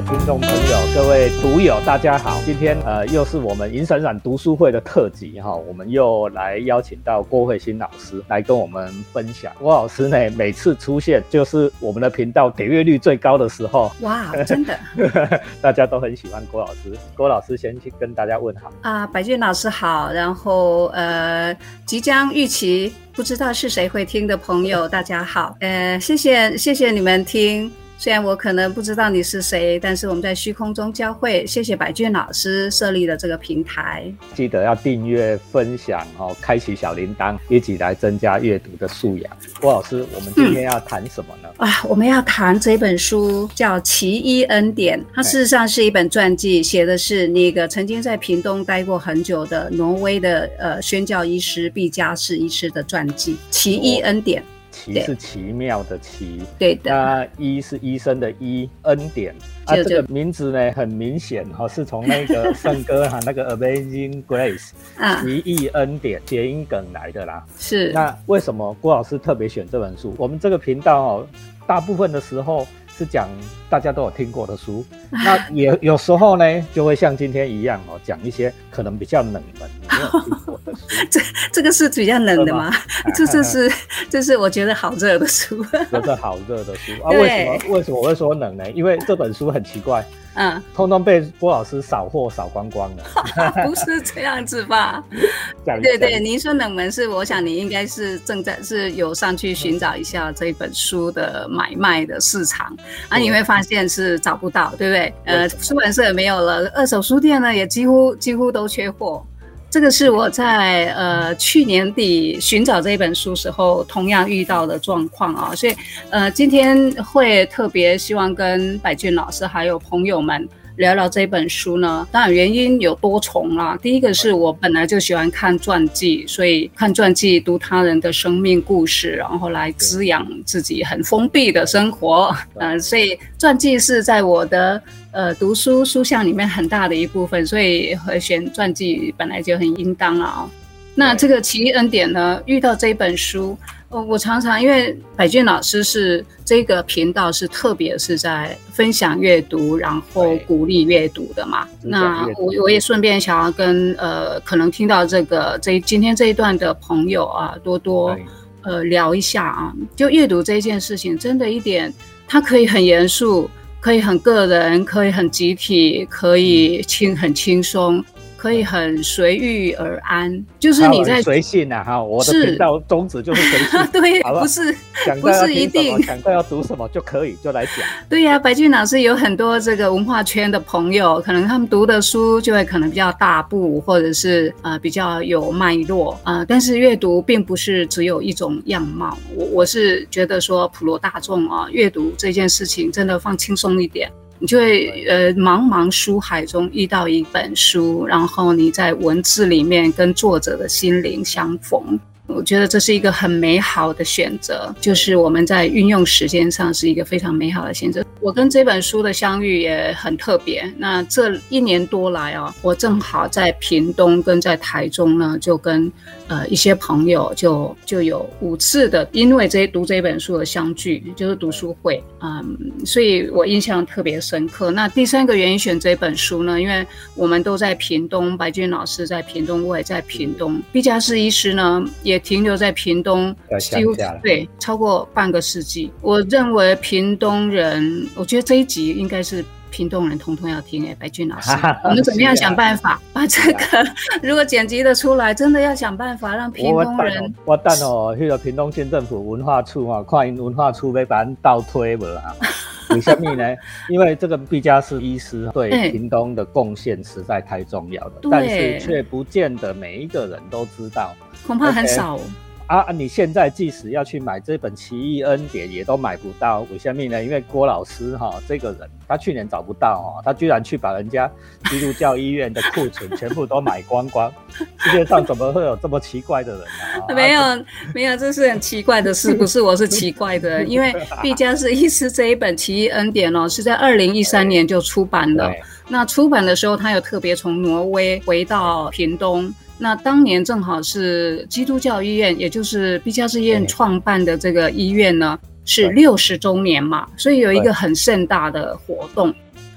听众朋友、各位读友，大家好！今天又是我们银闪闪读书会的特辑哈，我们又来邀请到郭慧欣老师来跟我们分享。郭老师呢，每次出现就是我们的频道点阅率最高的时候。 哇，真的， 大家都很喜欢郭老师。郭老师先去跟大家问好啊，百俊老师好。然后即将预期不知道是谁会听的朋友，大家好。谢谢你们听。虽然我可能不知道你是谁，但是我们在虚空中交汇。谢谢百俊老师设立了这个平台， 记得要订阅、分享开启小铃铛，一起来增加阅读的素养。郭老师，我们今天要谈什么呢？ 我们要谈这本书叫《奇异恩典》，它事实上是一本传记，写的是那个曾经在屏东待过很久的挪威的宣教医师毕加士医师的传记《奇异恩典》。 奇是奇妙的奇， 对的。 那医是医生的医，恩典这个名字呢，很明显是从那个圣歌那个 Amazing Grace 奇异恩典谐音梗来的啦。 是。 那为什么郭老师特别选这本书？我们这个频道大部分的时候是讲大家都有听过的书，那也有时候呢就会像今天一样讲一些可能比较冷门没有听过的书。 这个是比较冷的吗？这是我觉得好热的书。 这是好热的书为什么我会说冷呢？因为这本书很奇怪，通通被郭老师扫货扫光光了。 不是这样子吧？对，您说冷门是，我想你应该是是有上去寻找一下这本书的买卖的市场你会发现是找不到，对不对？出版社也没有了，二手书店呢也几乎都缺货。这个是我在去年底寻找这一本书时候同样遇到的状况所以今天会特别希望跟百俊老师还有朋友们聊聊这本书呢。当然原因有多重啦。第一个是我本来就喜欢看传记，所以看传记读他人的生命故事，然后来滋养自己很封闭的生活所以传记是在我的读书项里面很大的一部分，所以选传记本来就很应当了那这个奇异恩典呢，遇到这本书我常常因为百俊老师是这个频道是特别是在分享阅读，然后鼓励阅读的嘛。那我也顺便想要跟可能听到今天这一段的朋友多聊一下就阅读这件事情，真的一点，它可以很严肃，可以很个人，可以很集体，可以很轻松。可以很随遇而安，就是你在随性我的频道宗旨就是随性对， 好不是一定想到要读什么就可以就来讲。 对呀，百俊老师有很多这个文化圈的朋友，可能他们读的书就会可能比较大部，或者是比较有脉络但是阅读并不是只有一种样貌。我是觉得说普罗大众阅读这件事情真的放轻松一点。你就会茫茫书海中遇到一本书，然后你在文字里面跟作者的心灵相逢，我觉得这是一个很美好的选择，就是我们在运用时间上是一个非常美好的选择。我跟这本书的相遇也很特别，那这1年多来我正好在屏东跟在台中呢，就跟一些朋友就有5次的因为读这本书的相聚，就是读书会所以我印象特别深刻。那第3个原因选这本书呢，因为我们都在屏东，百俊老师在屏东，我也在屏东，毕加士医师呢也停留在屏东几乎对超过半个世纪。我认为屏东人，我觉得这一集应该是屏东人通通要听百俊老师我们怎么样想办法把这个如果剪辑的出来，真的要想办法让屏东人我等那个屏东县政府文化处看他们文化处要把咱倒推不啦为什么呢？因为这个毕加士医师对屏东的贡献实在太重要了但是却不见得每一个人都知道， 恐怕很少你现在即使要去买这本《奇异恩典》也都买不到，为什么呢？因为郭老师这个人，他去年找不到他居然去把人家基督教医院的库存全部都买光光。世界上怎么会有这么奇怪的人没有，这是很奇怪的事，不是我是奇怪的人。因为毕加士医师这一本《奇异恩典》是在2013年就出版了。那出版的时候，他有特别从挪威回到屏东。那当年正好是基督教医院，也就是毕加士医院创办的这个医院呢，是60周年嘛，所以有一个很盛大的活动。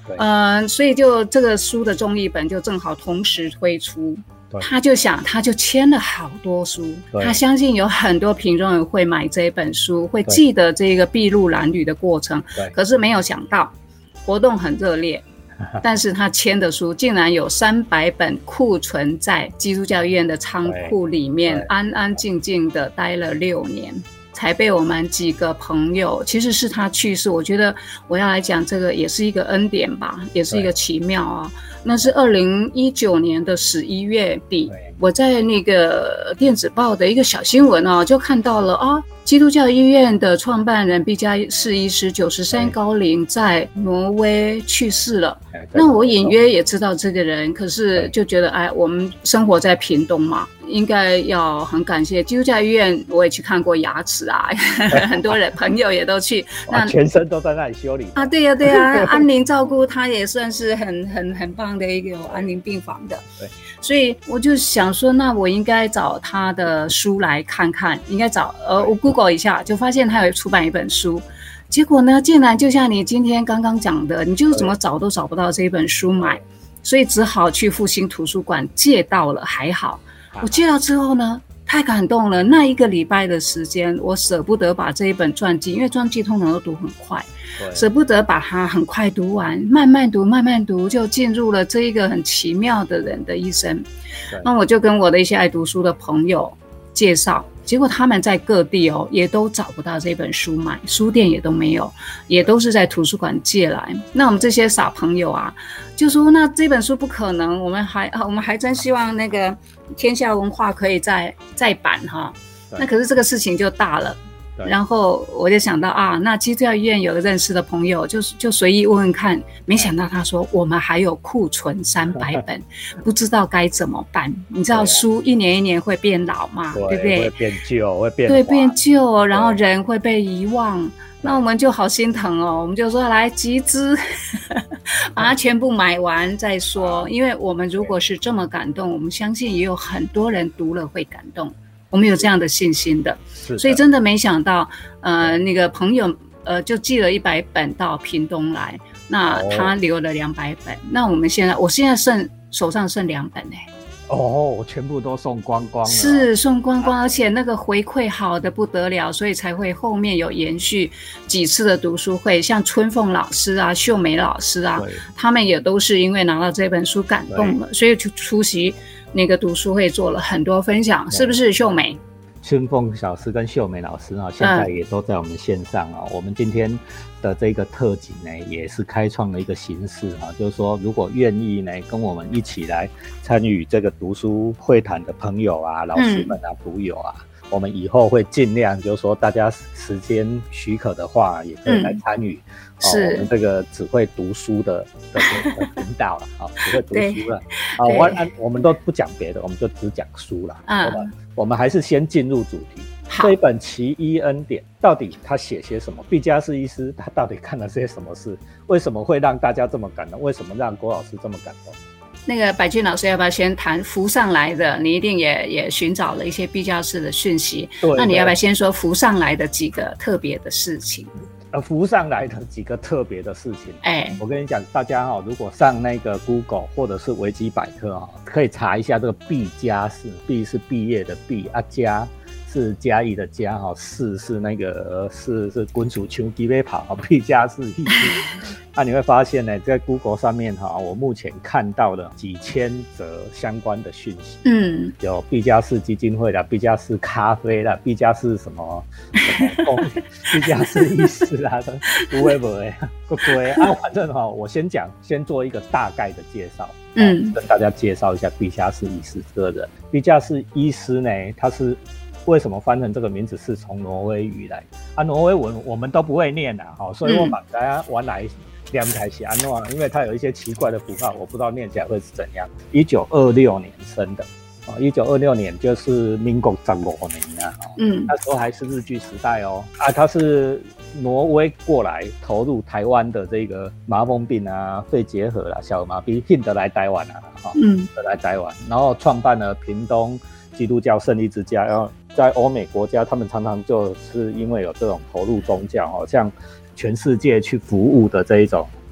所以就这个书的中译本就正好同时推出。他就签了好多书，他相信有很多评中人会买这本书，会记得这个筚路蓝缕的过程。可是没有想到活动很热烈，但是他签的书竟然有300本库存在基督教医院的仓库里面，安安静静的待了6年，才被我们几个朋友，其实是他去世，我觉得我要来讲这个也是一个恩典吧，也是一个奇妙啊。那是2019年的11月底，我在那个电子报的一个小新闻就看到了基督教医院的创办人毕加士医师93高龄在挪威去世了。那我隐约也知道这个人，可是就觉得我们生活在屏东嘛，应该要很感谢基督教医院。我也去看过牙齿很多人朋友也都去， 那全身都在那里修理对呀安宁照顾他也算是很棒的一个安宁病房的。对，所以我就想说，那我应该找他的书来看看，应该找我 Google 一下，就发现他有出版一本书。结果呢，竟然就像你今天刚刚讲的，你就怎么找都找不到这本书买，所以只好去复兴图书馆借到了。还好我借到之后呢，太感动了。那1个礼拜的时间，我舍不得把这一本传记，因为传记通常都读很快，舍不得把它很快读完，慢慢读，就进入了这一个很奇妙的人的一生。那我就跟我的一些爱读书的朋友介绍，结果他们在各地也都找不到这本书买，书店也都没有，也都是在图书馆借来。那我们这些傻朋友就说那这本书不可能，我们还真希望那个天下文化可以再版那可是这个事情就大了。然后我就想到那基督教医院有个认识的朋友，就随意问问看，没想到他说我们还有库存300本不知道该怎么办。你知道书一年一年会变老嘛，对不对？ 会变旧，会变旧，然后人会被遗忘。那我们就好心疼我们就说来集资把它全部买完再说。因为我们如果是这么感动，我们相信也有很多人读了会感动，我们有这样的信心的。所以真的没想到那个朋友就寄了100本到屏东来，那他留了200本。那我现在手上剩2本全部都送光光了。 是送光光，而且那个回馈好的不得了，所以才会后面有延续几次的读书会，像春凤老师秀美老师他们也都是因为拿到这本书感动了，所以就出席那个读书会做了很多分享，是不是秀美？ 春凤老师跟秀美老师现在也都在我们线上我们今天的这个特辑呢，也是开创了一个形式就是说如果愿意呢跟我们一起来参与这个读书会谈的朋友老师们读友我们以后会尽量就是说大家时间许可的话，也可以来参与我们这个只会读书的频道只会读书了我们都不讲别的，我们就只讲书了我们还是先进入主题。这一本奇医恩典到底他写些什么？毕加士医师他到底干了些什么事？为什么会让大家这么感动？为什么让郭老师这么感动？ 那个百俊老师要不要先谈浮上来的？你一定也寻找了一些毕加士的讯息，那你要不要先说浮上来的几个特别的事情？ 浮上来的几个特别的事情我跟你讲，大家如果上那个 Google 或者是维基百科可以查一下这个毕加士。毕是毕业的毕加是嘉义的嘉士是那个是滚鼠球鸡尾跑毕加士医师你会发现呢，在 Google 上面我目前看到了几千则相关的讯息有毕加士基金会啦，毕加士咖啡啦，毕加士什么毕加士医师啦有的没的不多反正我先做一个大概的介绍跟大家介绍一下毕加士医师这个人。毕加士医师呢，他是为什么翻成这个名字是从挪威语来挪威文我们都不会念所以我把大家玩来念台是安怎，因为它有一些奇怪的符号，我不知道念起来会是怎样。1926年生的1926年就是民国15年那时候还是日据时代他是挪威过来投入台湾的这个麻风病肺结核小儿麻痹进得来台湾得来台湾，然后创办了屏东基督教胜利之家。然后在欧美国家，他们常常就是因为有这种投入宗教像全世界去服务的这一种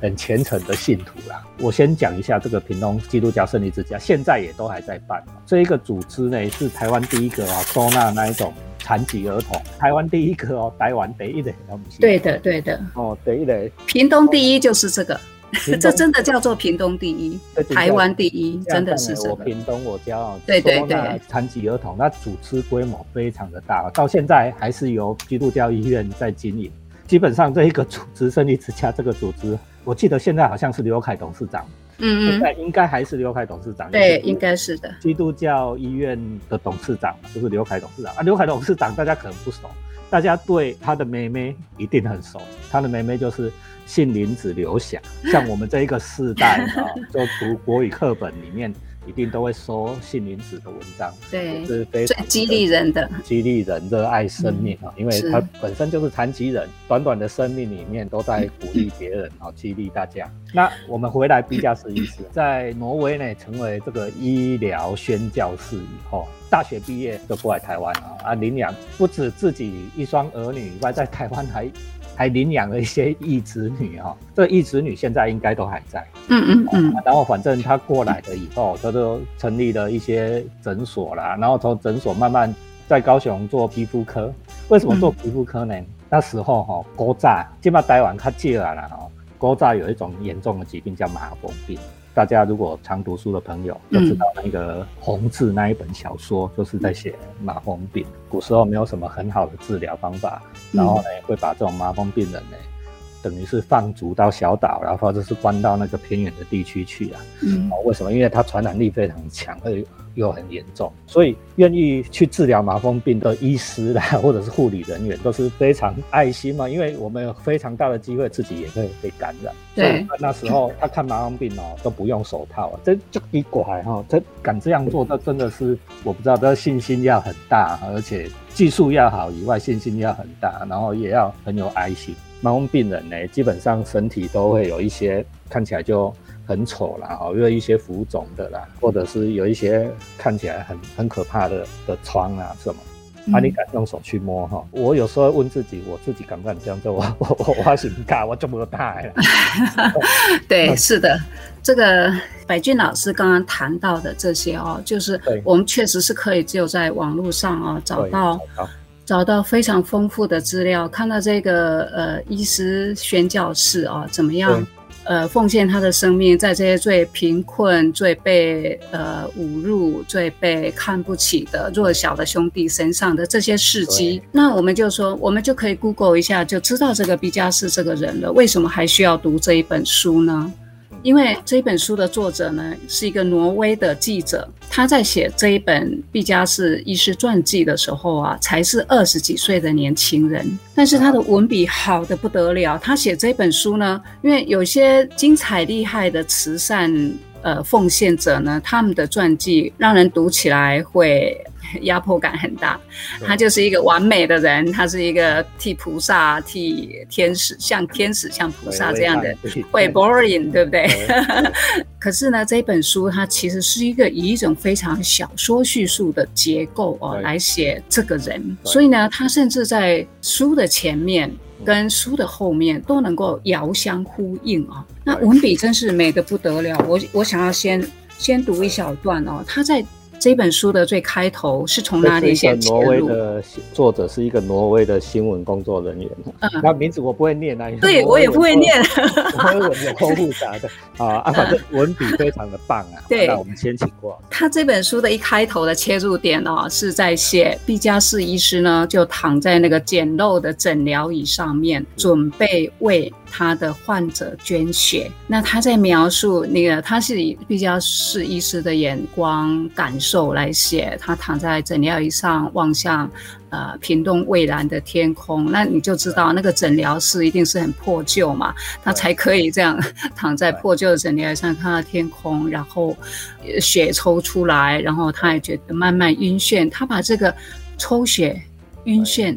很虔诚的信徒啦。我先讲一下这个屏东基督教胜利之家，现在也都还在办。这一个组织呢是台湾第一个收纳那一种残疾儿童，台湾第一个台湾第一个。 对的第一个屏东第一就是这个。这真的叫做屏东第一，台湾第一，真的是这个。我屏东我叫对残疾儿童，那组织规模非常的大，到现在还是由基督教医院在经营。基本上这一个组织胜利之家这个组织，我记得现在好像是刘凯董事长，现在应该还是刘凯董事长， 对，应该是的。 基督教医院的董事长就是刘凯董事长啊。刘凯董事长大家可能不熟，大家对他的妹妹一定很熟，他的妹妹就是杏林子刘翔，像我们这一个世代就读国语课本里面一定都会说杏林子的文章， 对， 是非常最激励人的， 激励人热爱生命因为他本身就是残疾人，短短的生命里面都在鼓励别人激励大家。那我们回来毕加斯医师，在挪威呢成为这个医疗宣教士以后，大学毕业就过来台湾领养不止自己一双儿女以外，在台湾还领养了一些义子女这个义子女现在应该都还在。然后反正他过来了以后，他就成立了一些诊所啦，然后从诊所慢慢在高雄做皮肤科。为什么做皮肤科呢？那时候古早现在台湾较少啦古早有一种严重的疾病叫麻风病。大家如果常读书的朋友就知道那个红字那一本小说就是在写麻风病。古时候没有什么很好的治疗方法，然后呢会把这种麻风病人呢等于是放逐到小岛，然后或者是关到那个偏远的地区去为什么？因为它传染力非常强，又很严重，所以愿意去治疗麻风病的医师啦，或者是护理人员都是非常爱心嘛，因为我们有非常大的机会自己也会被感染。 对， 那时候他看麻风病都不用手套这一拐这敢这样做，这真的是我不知道，这信心要很大，而且技术要好以外，信心要很大，然后也要很有爱心。麻风病人呢，基本上身体都会有一些看起来就很丑啦，因为一些浮肿的啦，或者是有一些看起来很可怕的疮啊什么。你敢用手去摸我有时候问自己，我自己敢不敢这样做？我是不敢，我这么大了。 对，是的，这个百俊老师刚刚谈到的这些就是我们确实是可以只有在网络上找到非常丰富的资料，看到这个医师宣教士怎么样奉献他的生命，在这些最贫困、最被侮辱、最被看不起的弱小的兄弟身上的这些事迹。那我们就说，我们就可以 Google 一下，就知道这个毕加斯这个人了。为什么还需要读这一本书呢？因为这一本书的作者呢是一个挪威的记者，他在写这一本毕加斯医师传记的时候才是20几岁的年轻人，但是他的文笔好得不得了。他写这本书呢，因为有些精彩厉害的慈善奉献者呢，他们的传记让人读起来会压迫感很大。他就是一个完美的人，他是一个替菩萨、替天使像菩萨这样的，会 boring， 对不对？可是呢，这本书它其实是以一种非常小说叙述的结构来写这个人，所以呢，他甚至在书的前面跟书的后面都能够遥相呼应那文笔真是美得不得了。我想要先读一小段他在这本书的最开头是从哪里先切入？挪威的作者是一个挪威的新闻工作人员，那名字我不会念对，我也不会念， 挪威文有够复杂的反正文笔非常的棒对，那我们先请过。 他这本书的一开头的切入点是在写毕加斯医师呢，就躺在那个简陋的诊疗椅上面，准备为他的患者捐血。那他在描述那个，他是以毕加斯医师的眼光感受来写，他躺在诊疗椅上望向屏东蔚蓝的天空。那你就知道那个诊疗室一定是很破旧嘛，他才可以这样躺在破旧的诊疗椅上看到天空，然后血抽出来，然后他也觉得慢慢晕眩。他把这个抽血晕眩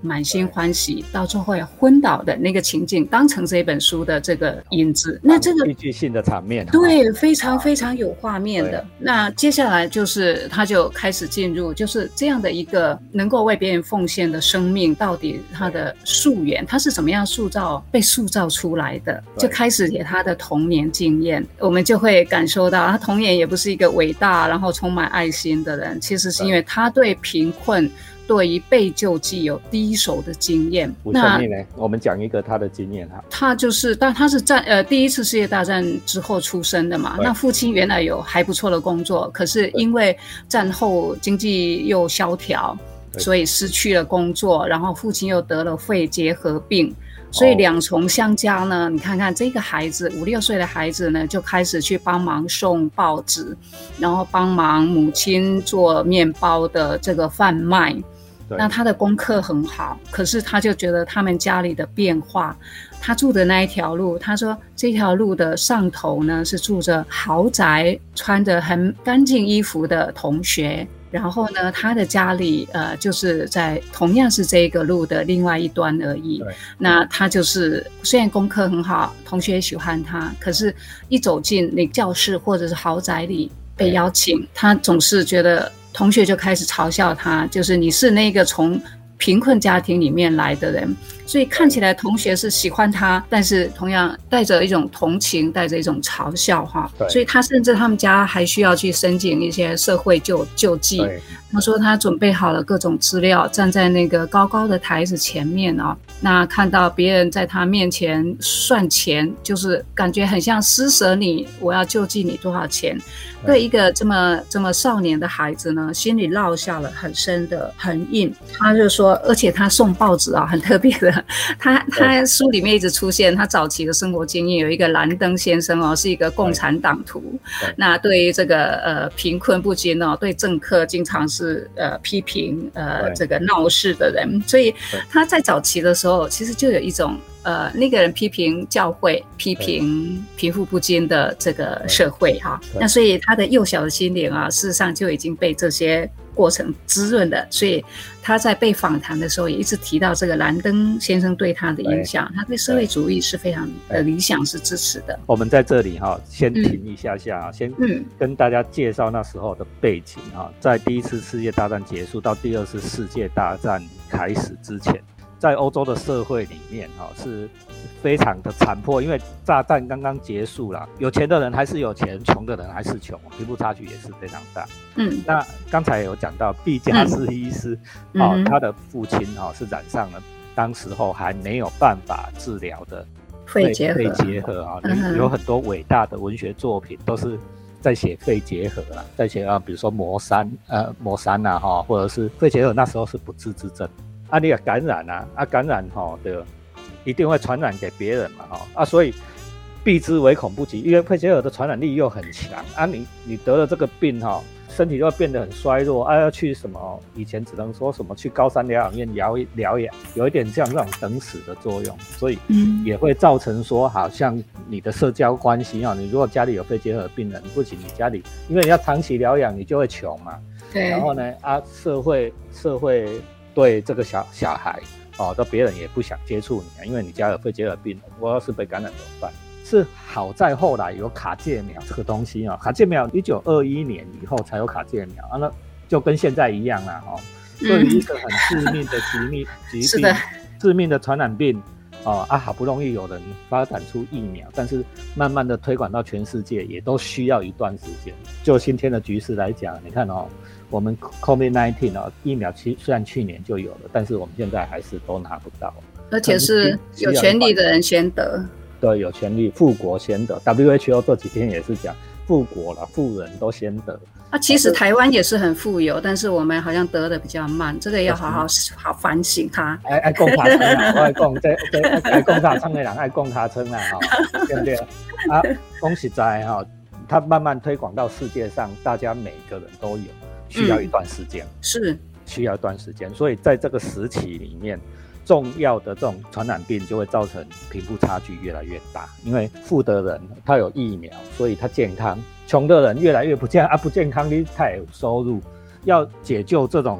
满心欢喜，到最后昏倒的那个情景，当成这本书的这个影子。那这个戏剧性的场面， 对，非常非常有画面的。那接下来就是他就开始进入，就是这样的一个能够为别人奉献的生命，到底他的溯源，他是怎么样被塑造出来的，就开始给他的童年经验，我们就会感受到他童年也不是一个伟大然后充满爱心的人，其实是因为他对贫困对于被救济有第一手的经验。 那我们讲一个他的经验哈。 他就是，但他是第一次世界大战之后出生的嘛。那父亲原来有还不错的工作，可是因为战后经济又萧条，所以失去了工作，然后父亲又得了肺结核病。所以两重相加呢，你看看这个孩子5、6岁的孩子呢，就开始去帮忙送报纸，然后帮忙母亲做面包的这个贩卖。那他的功课很好，可是他就觉得他们家里的变化，他住的那一条路，他说这条路的上头呢是住着豪宅，穿着很干净衣服的同学，然后呢他的家里就是在同样是这个路的另外一端而已。那他就是虽然功课很好，同学也喜欢他，可是一走进那教室或者是豪宅里被邀请，他总是觉得同学就开始嘲笑他，就是你是那个从贫困家庭里面来的人，所以看起来同学是喜欢他，但是同样带着一种同情，带着一种嘲笑哈。所以他甚至他们家还需要去申请一些社会救济。他说他准备好了各种资料，站在那个高高的台子前面啊，那看到别人在他面前算钱，就是感觉很像施舍你，我要救济你多少钱。对一个这么少年的孩子呢，心里烙下了很深的痕印。他就说，而且他送报纸啊，很特别的，他书里面一直出现他早期的生活经验，有一个兰登先生哦，是一个共产党徒。那对于这个贫困不均哦，对政客经常是批评这个闹事的人，所以他在早期的时候其实就有一种那个人批评教会，批评贫富不均的这个社会哈。那所以他的幼小的心灵啊，事实上就已经被这些过程滋润了。所以他在被访谈的时候也一直提到这个兰登先生对他的影响，他对社会主义是非常的理想，是支持的。 我们在这里先停一下下，先跟大家介绍那时候的背景在第一次世界大战结束到第二次世界大战开始之前，在欧洲的社会里面是非常的残破，因为大战刚刚结束了，有钱的人还是有钱，穷的人还是穷，贫富差距也是非常大。那刚才有讲到毕加斯医师他的父亲是染上了当时候还没有办法治疗的肺结核有很多伟大的文学作品都是在写肺结核啦，在写比如说魔山或者是肺结核那时候是不治之症。你也感染感染对，一定会传染给别人嘛所以避之唯恐不及，因为肺结核的传染力又很强你得了这个病身体就会变得很衰弱要去什么以前只能说什么去高山疗养院疗养，有一点像这种等死的作用，所以也会造成说好像你的社交关系你如果家里有肺结核病人，不仅你家里因为你要长期疗养，你就会穷嘛。对，然后呢社会对这个小孩都别人也不想接触你因为你家有肺结核病人，我要是被感染怎么办？是好在后来有卡介苗这个东西卡介苗1921年以后才有卡介苗那就跟现在一样啦对于一个很致命的疾病致命的传染病好不容易有人发展出疫苗，但是慢慢的推广到全世界也都需要一段时间。就今天的局势来讲，你看我们 COVID-19 疫苗虽然去年就有了，但是我们现在还是都拿不到， 而且是有权利的人先得。 对，有权利，富国先得。 WHO 这几天也是讲富国啦，富人都先得其实台湾也是很富有，但是我们好像得的比较慢，这个要好反省它。 爱讲他称啦，我爱讲爱讲他称的人爱讲他称啦对不对讲实在它慢慢推广到世界上，大家每个人都有，需要一段时间是需要一段时间，所以在这个时期里面，重要的这种传染病就会造成贫富差距越来越大，因为富的人他有疫苗，所以他健康，穷的人越来越不健康，不健康他也有收入。要解救这种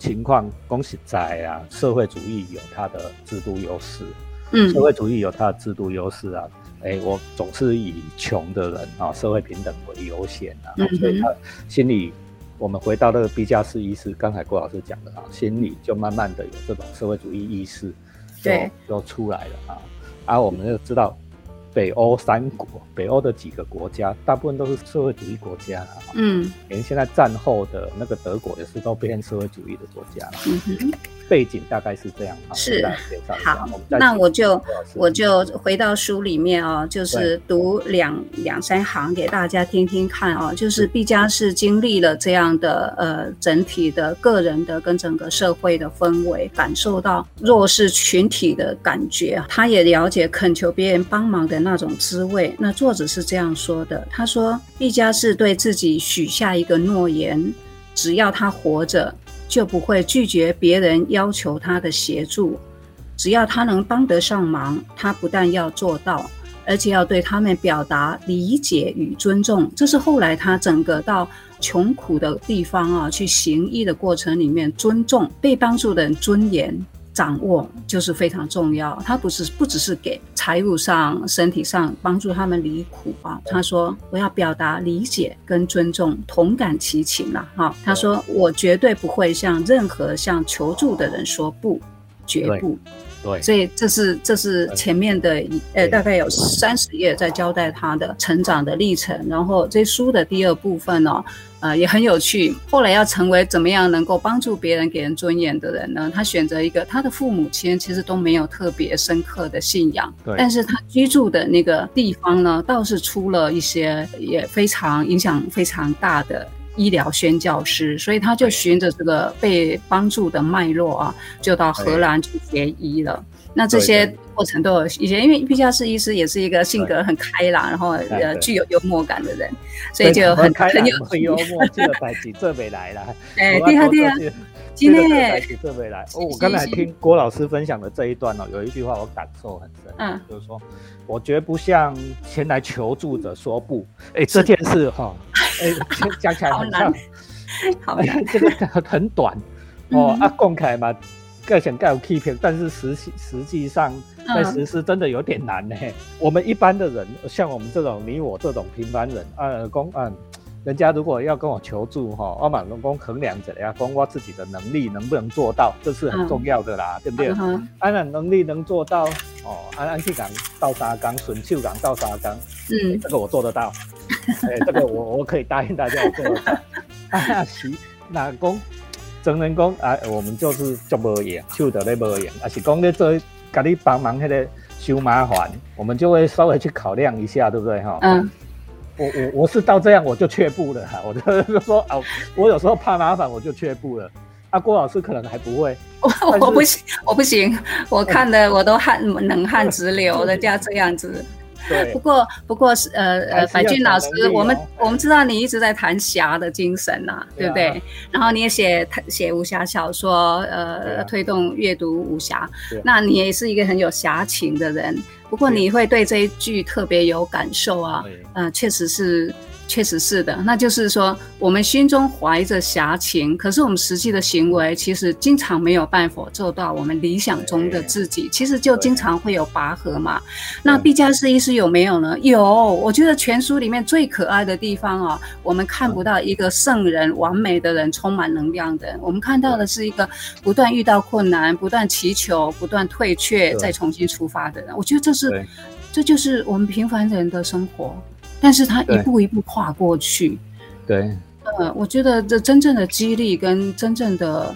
情况，恭喜在啊，社会主义有它的制度优势，社会主义有它的制度优势啊，我总是以穷的人啊，社会平等为优先啊，所以他心里，我们回到那个毕加斯医师，刚才郭老师讲的啊，心里就慢慢的有这种社会主义意识，就出来了啊，我们就知道。北欧3国，北欧的几个国家，大部分都是社会主义国家连现在战后的那个德国也是都变社会主义的国家背景大概是这样。 是好，那我就回到书里面就是读两三行给大家听听看就是毕加是经历了这样的整体的个人的跟整个社会的氛围，感受到弱势群体的感觉，他也了解恳求别人帮忙的那种滋味。那作者是这样说的，他说毕加是对自己许下一个诺言，只要他活着就不会拒绝别人要求他的协助，只要他能帮得上忙，他不但要做到，而且要对他们表达理解与尊重。这是后来他整个到穷苦的地方去行医的过程里面，尊重被帮助的人尊严掌握就是非常重要。他不只是给财务上身体上帮助他们离苦他说我要表达理解跟尊重，同感其情他说我绝对不会向任何向求助的人说不，绝不。对，所以这是前面的大概有30页在交代他的成长的历程。然后这书的第2部分也很有趣，后来要成为怎么样能够帮助别人给人尊严的人呢，他选择一个他的父母亲其实都没有特别深刻的信仰，但是他居住的那个地方呢倒是出了一些也非常影响非常大的医疗宣教师，所以他就循着这个被帮助的脉络就到荷兰去学医了。那这些过程都有一些，因为毕加斯医师也是一个性格很开朗，然后具有幽默感的人，所以就很有幽默，这个代志做不来啦。 对啊， 这个代志做不来。我刚才听郭老师分享的这一段有一句话我感受很深，就是说我绝不向前来求助者说不。这件事讲起来很像，好难，这个很短讲起来嘛。各显各有欺骗，但是实际上在实施真的有点难我们一般的人，像我们这种你我这种平凡人人家如果要跟我求助我马上衡量着呀，我自己的能力能不能做到，这是很重要的啦，对不对？能力能做到安去讲倒3工，顺手讲倒3工，这个我做得到，这个我可以答应大家我做得到。那讲。真人讲我们就是做无用，手就咧无用，是讲咧做给你帮忙那个修麻烦，我们就会稍微去考量一下，对不对我是到这样我就却步了我就说我有时候怕麻烦我就却步了。郭老师可能还不会， 我不行，我看的我都冷汗直流，人家这样子。 对， 不过百俊老师，我们知道你一直在谈侠的精神对不对？然后你也写武侠小说，推动阅读武侠，那你也是一个很有侠情的人。不过你会对这一句特别有感受确实是的，那就是说我们心中怀着侠情，可是我们实际的行为其实经常没有办法做到我们理想中的自己，其实就经常会有拔河嘛。那毕加斯医师有没有呢？有，我觉得全书里面最可爱的地方我们看不到一个圣人完美的人，充满能量的人，我们看到的是一个不断遇到困难，不断祈求，不断退却，再重新出发的人。我觉得这就是我们平凡人的生活，但是他一步一步跨过去。 对， 我觉得这真正的激励跟真正的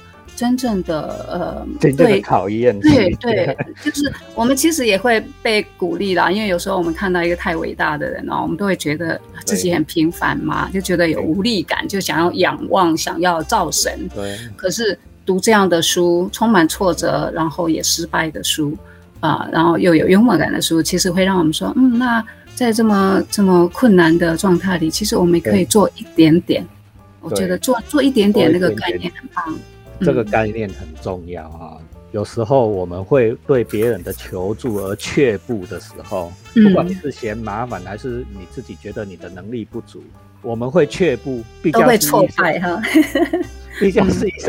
考验， 对，就是我们其实也会被鼓励啦，因为有时候我们看到一个太伟大的人我们都会觉得自己很平凡嘛，就觉得有无力感，就想要仰望，想要造神。 对， 可是读这样的书，充满挫折，然后也失败的书然后又有幽默感的书，其实会让我们说，那在这么困难的状态里，其实我们可以做一点点。我觉得做一点点那个概念很棒。 这个概念很重要有时候我们会对别人的求助而却步的时候，不管你是嫌麻烦还是你自己觉得你的能力不足，我们会却步， 都会挫败毕加斯医生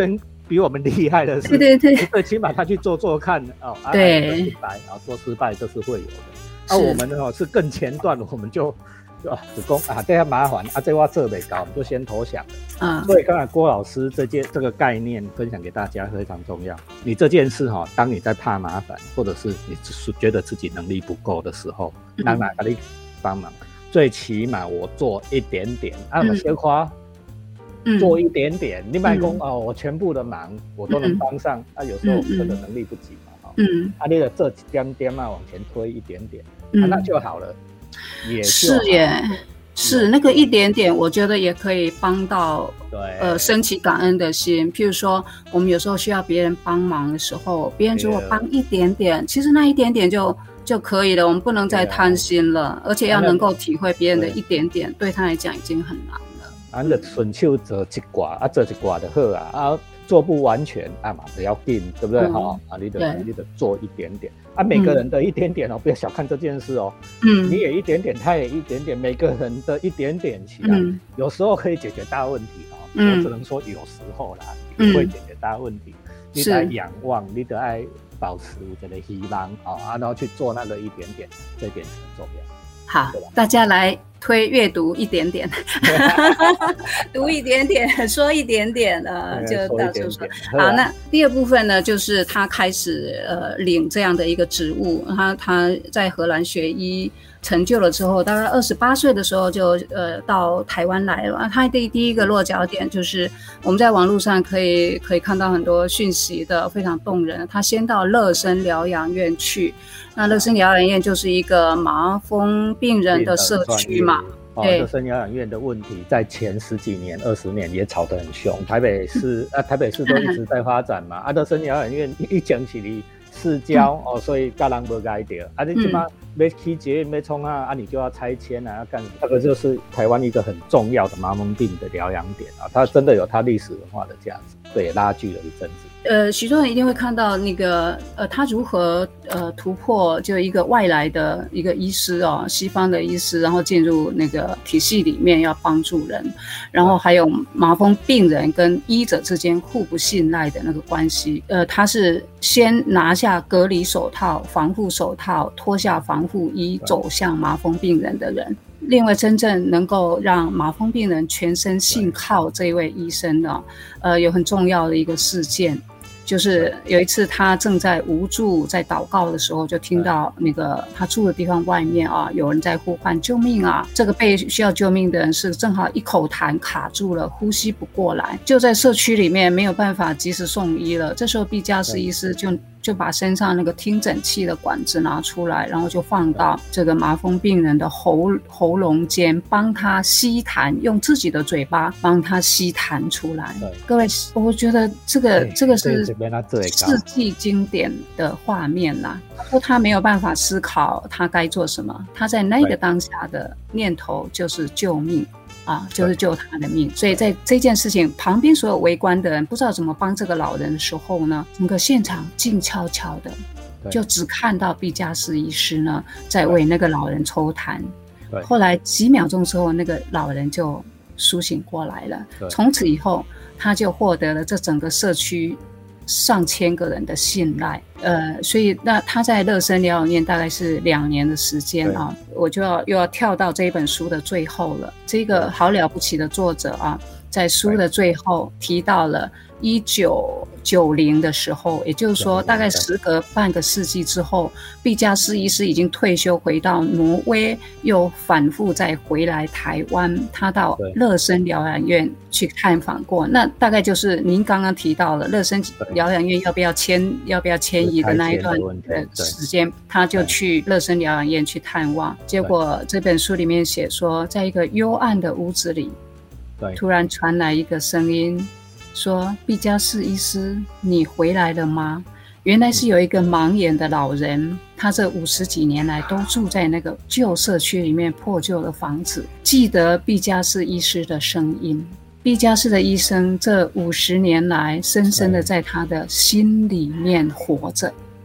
比我们厉害的是， 对， 最起码他去做看哦， 对， 失败，然后做失败这是会有的。我们呢是更前段，我们就只讲这样麻烦这我做不到，我们就先投降了。所以刚才郭老师这个概念分享给大家非常重要。你这件事当你在怕麻烦，或者是你觉得自己能力不够的时候，让哪个你帮忙，最起码我做一点点，我小夸做一点点，你别说我全部的忙我都能帮上，有时候这个能力不及嘛，你的这一点点往前推一点点，那就好了。也是耶，是那个一点点，我觉得也可以帮到升起感恩的心。譬如说，我们有时候需要别人帮忙的时候，别人如果帮一点点，其实那一点点就可以了。我们不能再贪心了，而且要能够体会别人的一点点，对他来讲已经很难了。 就顺手做一挂，做一挂就好啊。做不完全嘛不要紧，对不对？你得做一点点每个人的一点点不要小看这件事你也一点点，他也一点点，每个人的一点点起来，有时候可以解决大问题我只能说有时候啦，你会解决大问题，你得仰望，你得爱保持这个希望然后去做那个一点点，这一点是很重要。 好，大家来推阅读一点点读一点点，说一点点就到处说。好，那第二部分呢，就是他开始领这样的一个职务，他在荷兰学医成就了之后，大概28岁的时候就到台湾来了。他第一个落脚点就是我们在网络上可以看到很多讯息的，非常动人。他先到乐生疗养院去，那乐生疗养院就是一个麻风病人的社区嘛。乐生疗养院的问题在前10几年、20年也吵得很凶。台北市都一直在发展嘛。乐生疗养院一讲起来市郊所以家人没改掉你现在要起捷运要冲你就要拆迁要干什么？这个就是台湾一个很重要的麻风病的疗养点它真的有它历史文化的价值，对，也拉锯了一阵子。 许多人一定会看到那个他如何突破就一个外来的一个医师西方的医师，然后进入那个体系里面要帮助人，然后还有麻风病人跟医者之间互不信赖的那个关系。他是先拿下隔离手套、防护手套，脱下防护衣，走向麻风病人的人。另外真正能够让麻风病人全身信靠这位医生呢，有很重要的一个事件，就是有一次他正在无助在祷告的时候，就听到那个他住的地方外面有人在呼唤救命这个被需要救命的人是正好一口痰卡住了，呼吸不过来，就在社区里面没有办法及时送医了。这时候毕加斯医师就把身上那个听诊器的管子拿出来，然后就放到这个麻风病人的喉咙间，帮他吸痰，用自己的嘴巴帮他吸痰出来。各位，我觉得这个是世纪经典的画面啦。他没有办法思考他该做什么，他在那个当下的念头就是救命就是救他的命。所以在这件事情旁边所有围观的人不知道怎么帮这个老人的时候呢，整个现场静悄悄的，就只看到毕加斯医师呢在为那个老人抽痰。后来几秒钟之后，那个老人就苏醒过来了。从此以后他就获得了这整个社区上千个人的信赖。所以那他在乐生疗养院大概是2年的时间我就又要跳到这一本书的最后了。这个好了不起的作者在书的最后提到了1990的时候，也就是说大概时隔半个世纪之后，毕加斯医师已经退休回到挪威，又反复再回来台湾，他到乐生疗养院去探访过。那大概就是您刚刚提到了乐生疗养院要不要迁移的那一段时间，他就去乐生疗养院去探望。结果这本书里面写说，在一个幽暗的屋子里，突然传来一个声音说，毕加斯医师，你回来了吗？原来是有一个盲眼的老人，他这50几年来都住在那个旧社区里面破旧的房子，记得毕加斯医师的声音。毕加斯的医生这50年来深深的在他的心里面活着。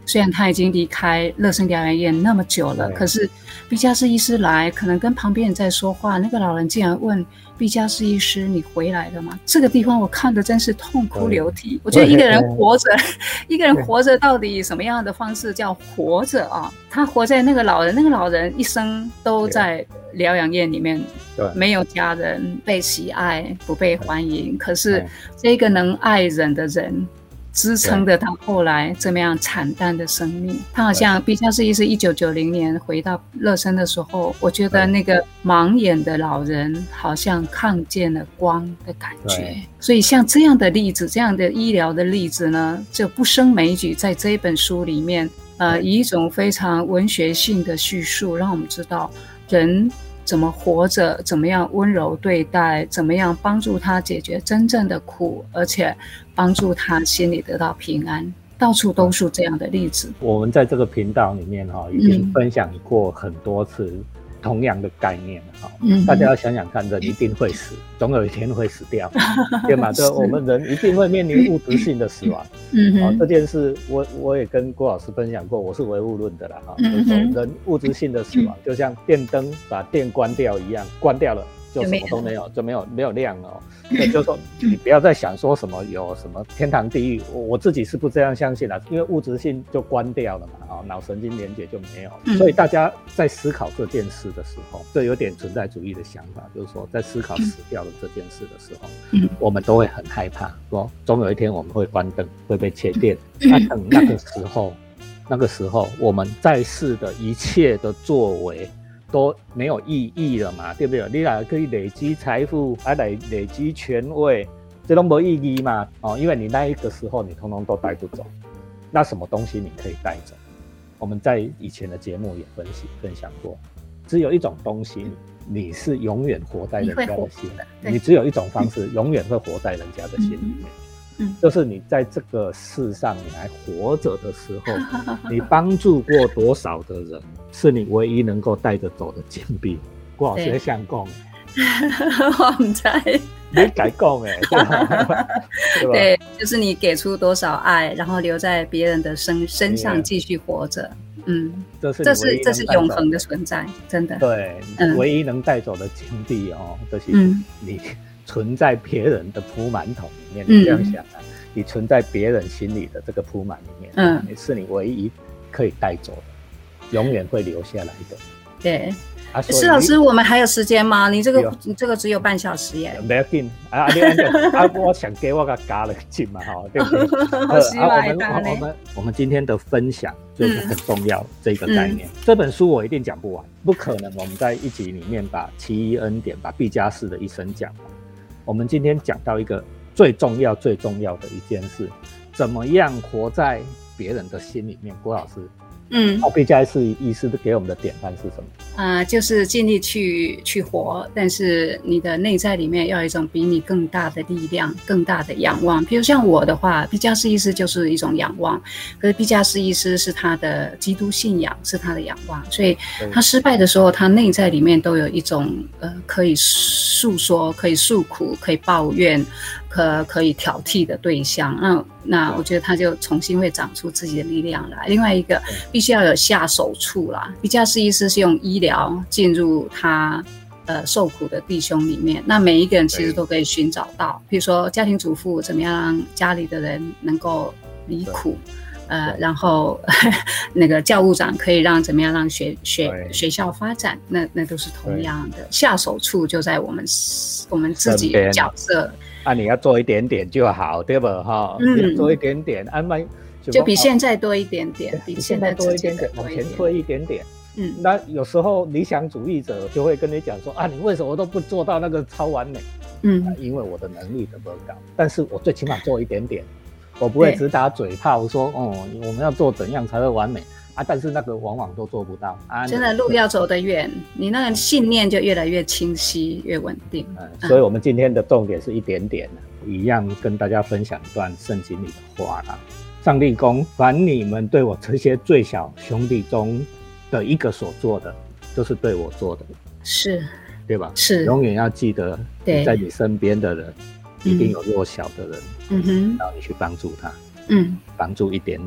虽然他已经离开乐生疗养院那么久了，可是毕加斯医师来，可能跟旁边人在说话，那个老人竟然问毕加斯医师：“你回来了吗？”这个地方我看的真是痛哭流涕。我觉得一个人活着，一个人活着到底什么样的方式叫活着啊？他活在那个老人一生都在疗养院里面，没有家人，被喜爱，不被欢迎。可是这个能爱人的人，支撑着他后来这么样惨淡的生命。他好像毕加斯医师1990年回到乐生的时候，我觉得那个盲眼的老人好像看见了光的感觉。所以像这样的例子，这样的医疗的例子呢，就不胜枚举，在这一本书里面以一种非常文学性的叙述，让我们知道人怎么活着，怎么样温柔对待，怎么样帮助他解决真正的苦，而且帮助他心里得到平安，到处都是这样的例子。 我们在这个频道里面已经分享过很多次同样的概念大家要想想看，人一定会死，总有一天会死掉，对吗？这我们人一定会面临物质性的死亡。这件事我也跟郭老师分享过，我是唯物论的啦就是说人物质性的死亡就像电灯把电关掉一样，关掉了就什么都没有，就没有亮了就是说你不要再想说什么有什么天堂地狱，我自己是不这样相信的，因为物质性就关掉了嘛脑神经连接就没有所以大家在思考这件事的时候，这有点存在主义的想法，就是说在思考死掉的这件事的时候我们都会很害怕，说总有一天我们会关灯，会被切电等那个时候我们在世的一切的作为都没有意义了嘛，对不对？你来可以累积财富，还来累积权位，这都没意义嘛因为你那一个时候你通通都带不走，那什么东西你可以带走？我们在以前的节目也分享过，只有一种东西你是永远活在人家的心里，你只有一种方式永远会活在人家的心里面就是你在这个世上你还活着的时候你帮助过多少的人，是你唯一能够带着走的金币。郭老师在想讲我不知道你敢讲对，就是你给出多少爱，然后留在别人的身上继续活着这是永恒的存在，真的对唯一能带走的金币就是你存在别人的铺满桶里面你这样想你存在别人心里的这个铺满里面是你唯一可以带走的，永远会留下来的。 对施老师，我们还有时间吗？你这个只有半小时耶。 不要紧我想给我个加了进嘛对不对我们今天的分享就是很重要这个概念这本书我一定讲不完，不可能我们在一集里面把奇异恩典把毕加斯的一生讲完。我们今天讲到一个最重要的一件事，怎么样活在别人的心里面。郭老师毕加斯医师给我们的典范是什么？ 就是尽力去活，但是你的内在里面要有一种比你更大的力量，更大的仰望。比如像我的话，毕加斯医师就是一种仰望，可是毕加斯医师是他的基督信仰，是他的仰望，所以他失败的时候，他内在里面都有一种可以诉说，可以诉苦，可以抱怨，可以挑剔的对象。那我觉得他就重新会长出自己的力量来。另外一个必须要有下手处啦，毕加斯医师是用医疗进入他受苦的弟兄里面，那每一个人其实都可以寻找到，比如说家庭主妇怎么样让家里的人能够离苦然后那个教务长可以让怎么样让学校发展，那都是同样的。下手处就在我们自己的角色你要做一点点就好，对吧你要做一点点就比现在多一点点，比现在多一点点，往前推一点点那有时候理想主义者就会跟你讲说你为什么都不做到那个超完美因为我的能力都不高，但是我最起码做一点点，我不会只打嘴炮说我们要做怎样才会完美但是那个往往都做不到真的路要走得远，你那个信念就越来越清晰，越稳定所以我们今天的重点是一点点一样跟大家分享一段圣经里的话上帝说，凡你们对我这些最小兄弟中的一个所做的，就是对我做的， 是对吧？ 是永远要记得在你身边的人一定有弱小的人然后你去帮助他帮助一点点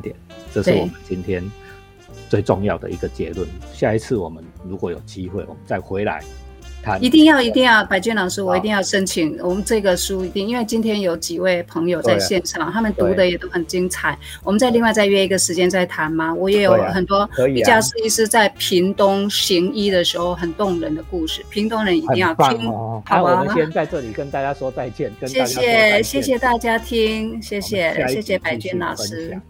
这是我们今天最重要的一个结论。下一次我们如果有机会，我们再回来谈。一定要，百娟老师，我一定要申请我们这个书，一定，因为今天有几位朋友在线上，他们读的也都很精彩。我们另外再约一个时间再谈吗？我也有很多瑜伽师医师在屏东行医的时候很动人的故事，屏东人一定要听。 好吧，我们先在这里跟大家说再见， 谢谢大家听，谢谢百娟老师。